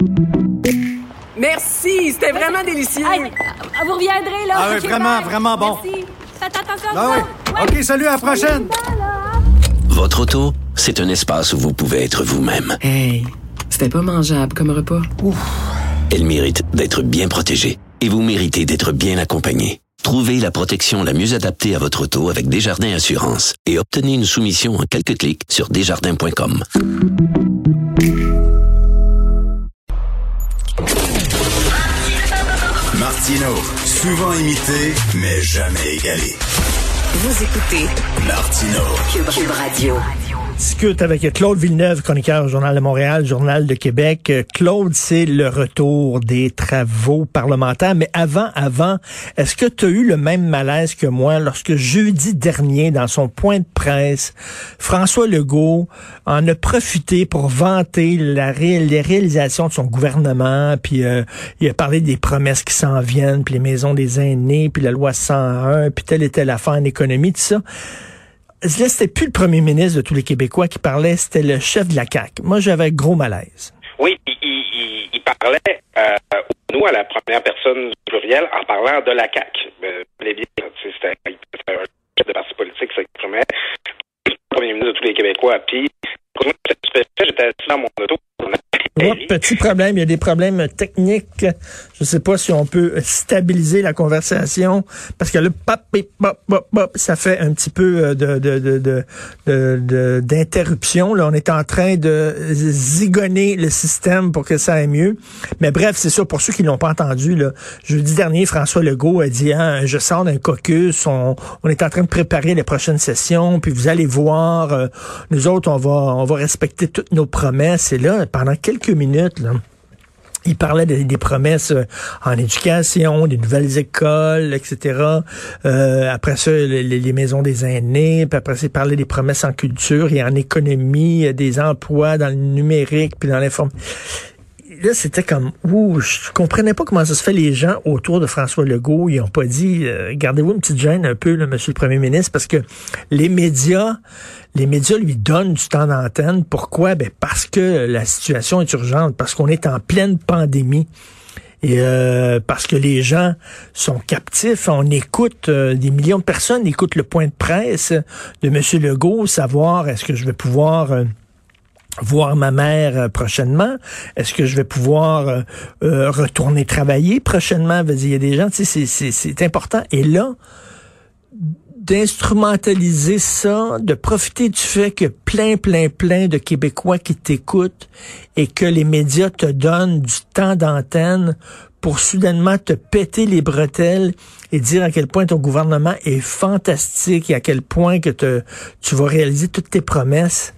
Merci, c'était vraiment délicieux. Hey, vous reviendrez, là. Ah oui, Okay, vraiment, bye. vraiment bon. Merci. Faites attention. Ah oui. Ouais. OK, salut, à la prochaine. Votre auto, c'est un espace où vous pouvez être vous-même. Hey, c'était pas mangeable comme repas. Ouf. Elle mérite d'être bien protégée et vous méritez d'être bien accompagné. Trouvez la protection la mieux adaptée à votre auto avec Desjardins Assurance et obtenez une soumission en quelques clics sur desjardins.com. Martino, souvent imité, mais jamais égalé. Vous écoutez Martino. Cube Radio. Discute avec Claude Villeneuve, chroniqueur au Journal de Montréal, Journal de Québec. Claude, c'est le retour des travaux parlementaires. Mais avant, est-ce que tu as eu le même malaise que moi lorsque jeudi dernier, dans son point de presse, François Legault en a profité pour vanter les réalisations de son gouvernement, puis il a parlé des promesses qui s'en viennent, puis les maisons des aînés, puis la loi 101, puis telle et telle affaire en économie, tout ça. Là, c'était plus le premier ministre de tous les Québécois qui parlait, c'était le chef de la CAQ. Moi, j'avais gros malaise. Oui, il parlait, nous, à la première personne plurielle, en parlant de la CAQ. C'était un chef de parti politique qui s'exprimait, le premier ministre de tous les Québécois. Puis, j'étais assis dans mon auto. Petit problème, il y a des problèmes techniques. Je sais pas si on peut stabiliser la conversation parce que le pop, ça fait un petit peu d'interruption. Là, on est en train de zigonner le système pour que ça aille mieux. Mais bref, c'est ça, pour ceux qui l'ont pas entendu, là, jeudi dernier, François Legault a dit, je sors d'un caucus, on est en train de préparer les prochaines sessions, puis vous allez voir, nous autres, on va respecter toutes nos promesses. Et là, pendant quelques minutes, là, il parlait des promesses en éducation, des nouvelles écoles, etc. Après ça, les maisons des aînés. Puis après ça, il parlait des promesses en culture et en économie, des emplois dans le numérique, puis dans l'informatique. Là, c'était comme, je comprenais pas comment ça se fait les gens autour de François Legault. Ils ont pas dit, gardez-vous une petite gêne un peu, là, monsieur le premier ministre, parce que les médias lui donnent du temps d'antenne. Pourquoi? Ben, parce que la situation est urgente, parce qu'on est en pleine pandémie. Et parce que les gens sont captifs, on écoute, des millions de personnes écoutent le point de presse de monsieur Legault, savoir est-ce que je vais pouvoir voir ma mère prochainement? Est-ce que je vais pouvoir retourner travailler prochainement? Il y a des gens, tu sais, c'est important. Et là, d'instrumentaliser ça, de profiter du fait que plein de Québécois qui t'écoutent et que les médias te donnent du temps d'antenne pour soudainement te péter les bretelles et dire à quel point ton gouvernement est fantastique et à quel point que tu vas réaliser toutes tes promesses.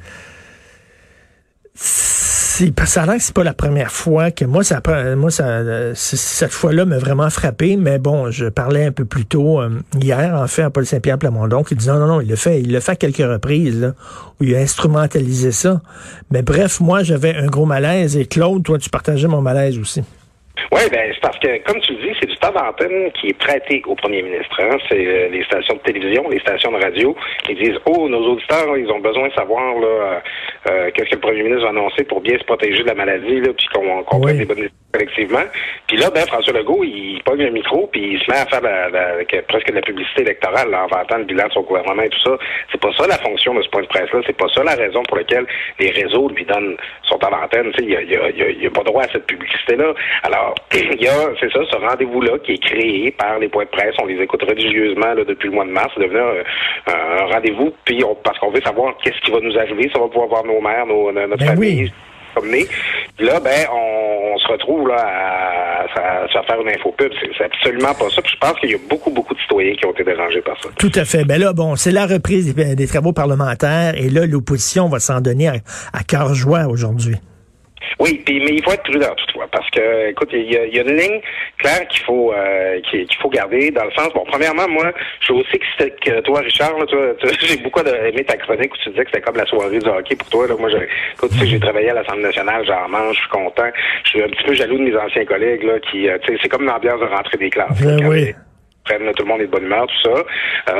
Ça a l'air que c'est pas la première fois que cette fois-là m'a vraiment frappé, mais bon, je parlais un peu plus tôt hier, en fait, à Paul Saint-Pierre Plamondon, qui disait non, il l'a fait à quelques reprises, là, où il a instrumentalisé ça. Mais bref, moi, j'avais un gros malaise, et Claude, toi, tu partageais mon malaise aussi. Oui, ben c'est parce que, comme tu le dis, c'est du temps d'antenne qui est prêté au premier ministre. Hein? C'est les stations de télévision, les stations de radio. Ils disent, nos auditeurs, ils ont besoin de savoir là qu'est-ce que le premier ministre va annoncer pour bien se protéger de la maladie, là, puis qu'on prenne des bonnes décisions collectivement. Puis là, François Legault, il pogne un micro, puis il se met à faire presque de la publicité électorale, là, en vantant le bilan de son gouvernement et tout ça. C'est pas ça la fonction de ce point de presse-là. C'est pas ça la raison pour laquelle les réseaux lui donnent son temps d'antenne. Tu sais, il a pas droit à cette publicité-là. Alors, il y a, c'est ça, ce rendez-vous-là qui est créé par les points de presse. On les écoute religieusement là, depuis le mois de mars. C'est devenu un rendez-vous, puis parce qu'on veut savoir qu'est-ce qui va nous arriver, si on va pouvoir voir nos mères, notre famille. Oui. Puis là, on se retrouve là à faire une infopub. C'est absolument pas ça. Puis je pense qu'il y a beaucoup de citoyens qui ont été dérangés par ça. Tout à fait. Ben là, c'est la reprise des travaux parlementaires et là, l'opposition va s'en donner à cœur joie aujourd'hui. Oui, mais il faut être prudent toutefois, parce que, écoute, il y a une ligne claire qu'il faut garder dans le sens. Bon, premièrement, moi, je suis aussi excité que toi, Richard, là, j'ai beaucoup aimé ta chronique où tu disais que c'était comme la soirée du hockey pour toi. Là, moi, écoute, tu sais, j'ai travaillé à l'Assemblée nationale, j'en mange, je suis content. Je suis un petit peu jaloux de mes anciens collègues là, qui, tu sais, c'est comme une ambiance de rentrée des classes. Oui. tout le monde est de bonne humeur, tout ça. Ça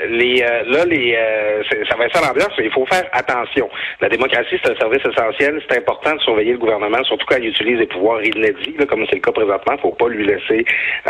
va être ça l'ambiance, mais il faut faire attention. La démocratie, c'est un service essentiel. C'est important de surveiller le gouvernement, surtout quand il utilise des pouvoirs inédits, là, comme c'est le cas présentement. Faut pas lui laisser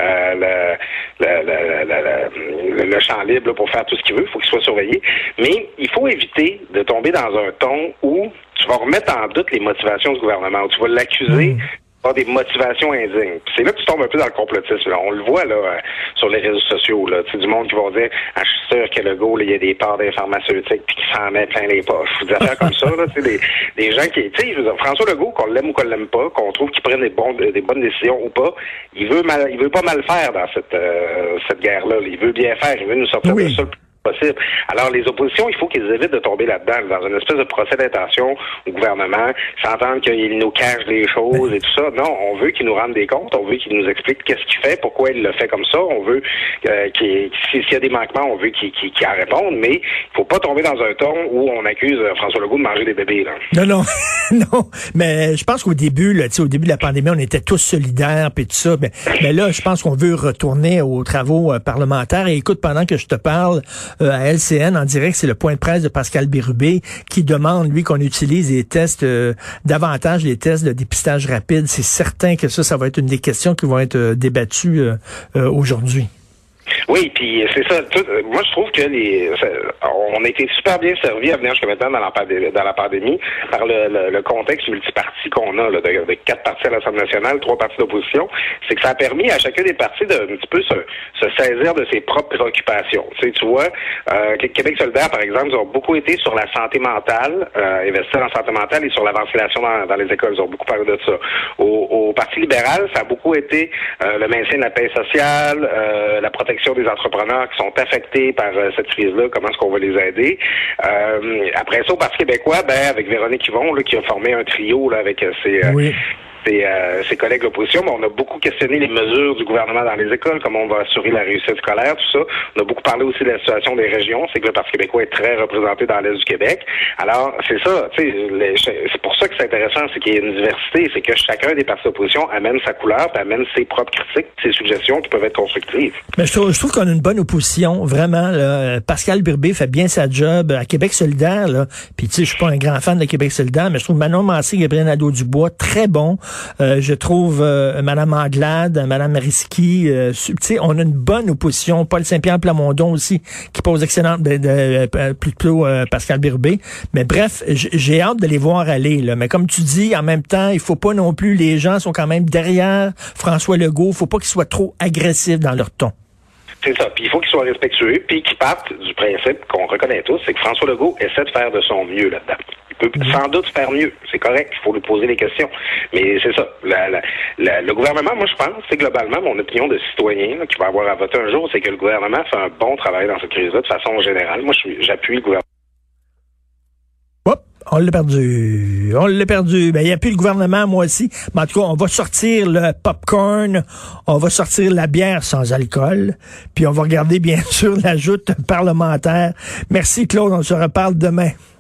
le champ libre là, pour faire tout ce qu'il veut. Il faut qu'il soit surveillé. Mais il faut éviter de tomber dans un ton où tu vas remettre en doute les motivations du gouvernement, où tu vas l'accuser d'avoir des motivations indignes. Puis c'est là que tu tombes un peu dans le complotisme. Là. On le voit là sur les réseaux sociaux. Là. Du monde qui va dire « Ah, je suis sûr que Legault, il y a des parts des pharmaceutiques puis qui s'en met plein les poches. » Des affaires comme ça, là, des gens qui... Tu sais, François Legault, qu'on l'aime ou qu'on l'aime pas, qu'on trouve qu'il prenne des bonnes décisions ou pas, il veut pas mal faire dans cette guerre-là. Il veut bien faire. Il veut nous sortir de ça le plus possible. Alors, les oppositions, il faut qu'ils évitent de tomber là-dedans, dans une espèce de procès d'intention au gouvernement, s'entendre qu'il nous cache des choses et tout ça. Non, on veut qu'il nous rende des comptes, on veut qu'il nous explique qu'est-ce qu'il fait, pourquoi il le fait comme ça, on veut s'il y a des manquements, on veut qu'il en réponde, mais il faut pas tomber dans un ton où on accuse François Legault de manger des bébés, là. Non, non, mais je pense qu'au début, là, au début de la pandémie, on était tous solidaires puis tout ça, mais là, je pense qu'on veut retourner aux travaux parlementaires. Et écoute, pendant que je te parle, à LCN, en direct, c'est le point de presse de Pascal Bérubé qui demande, lui, qu'on utilise les tests, davantage les tests de dépistage rapide. C'est certain que ça va être une des questions qui vont être débattues aujourd'hui. Oui, puis c'est ça. Moi, je trouve que on a été super bien servi à venir jusqu'à maintenant dans la pandémie par le contexte multiparti qu'on a, là, de 4 partis à l'Assemblée nationale, 3 partis d'opposition. C'est que ça a permis à chacun des partis de un petit peu se saisir de ses propres préoccupations. Tu vois, Québec solidaire, par exemple, ils ont beaucoup été sur la santé mentale, investir en santé mentale et sur la ventilation dans les écoles. Ils ont beaucoup parlé de ça. Au Parti libéral, ça a beaucoup été le maintien de la paix sociale, la protection des entrepreneurs qui sont affectés par cette crise-là, comment est-ce qu'on va les aider. Après ça, au Parti québécois, avec Véronique Yvon, là, qui a formé un trio là, avec ses collègues de l'opposition, mais on a beaucoup questionné les mesures du gouvernement dans les écoles, comment on va assurer la réussite scolaire, tout ça. On a beaucoup parlé aussi de la situation des régions. C'est que le Parti québécois est très représenté dans l'Est du Québec. Alors, c'est ça, tu sais, c'est pour ça que c'est intéressant, c'est qu'il y a une diversité, c'est que chacun des partis d'opposition amène sa couleur, puis amène ses propres critiques, ses suggestions qui peuvent être constructives. Mais je trouve qu'on a une bonne opposition, vraiment. Là. Pascal Bérubé fait bien sa job à Québec solidaire, là. Puis tu sais, je suis pas un grand fan de Québec solidaire, mais je trouve Manon Massé, Gabriel Nadeau-Dubois très bon. Je trouve Mme Anglade, Mme Risky, tu sais, on a une bonne opposition. Paul Saint-Pierre Plamondon aussi, qui pose excellente, plutôt Pascal Bérubé. Mais bref, j'ai hâte de les voir aller, là. Mais comme tu dis, en même temps, il faut pas non plus, les gens sont quand même derrière François Legault, faut pas qu'ils soient trop agressifs dans leur ton. C'est ça. Puis il faut qu'ils soient respectueux, puis qu'ils partent du principe qu'on reconnaît tous, c'est que François Legault essaie de faire de son mieux là-dedans. Il peut sans doute faire mieux. C'est correct. Il faut lui poser les questions. Mais c'est ça. Le gouvernement, moi, je pense, c'est globalement mon opinion de citoyen là, qui va avoir à voter un jour, c'est que le gouvernement fait un bon travail dans cette crise-là de façon générale. Moi, j'appuie le gouvernement. On l'a perdu. Ben, il n'y a plus le gouvernement, moi aussi. Mais en tout cas, on va sortir le popcorn, on va sortir la bière sans alcool, puis on va regarder, bien sûr, la joute parlementaire. Merci, Claude. On se reparle demain.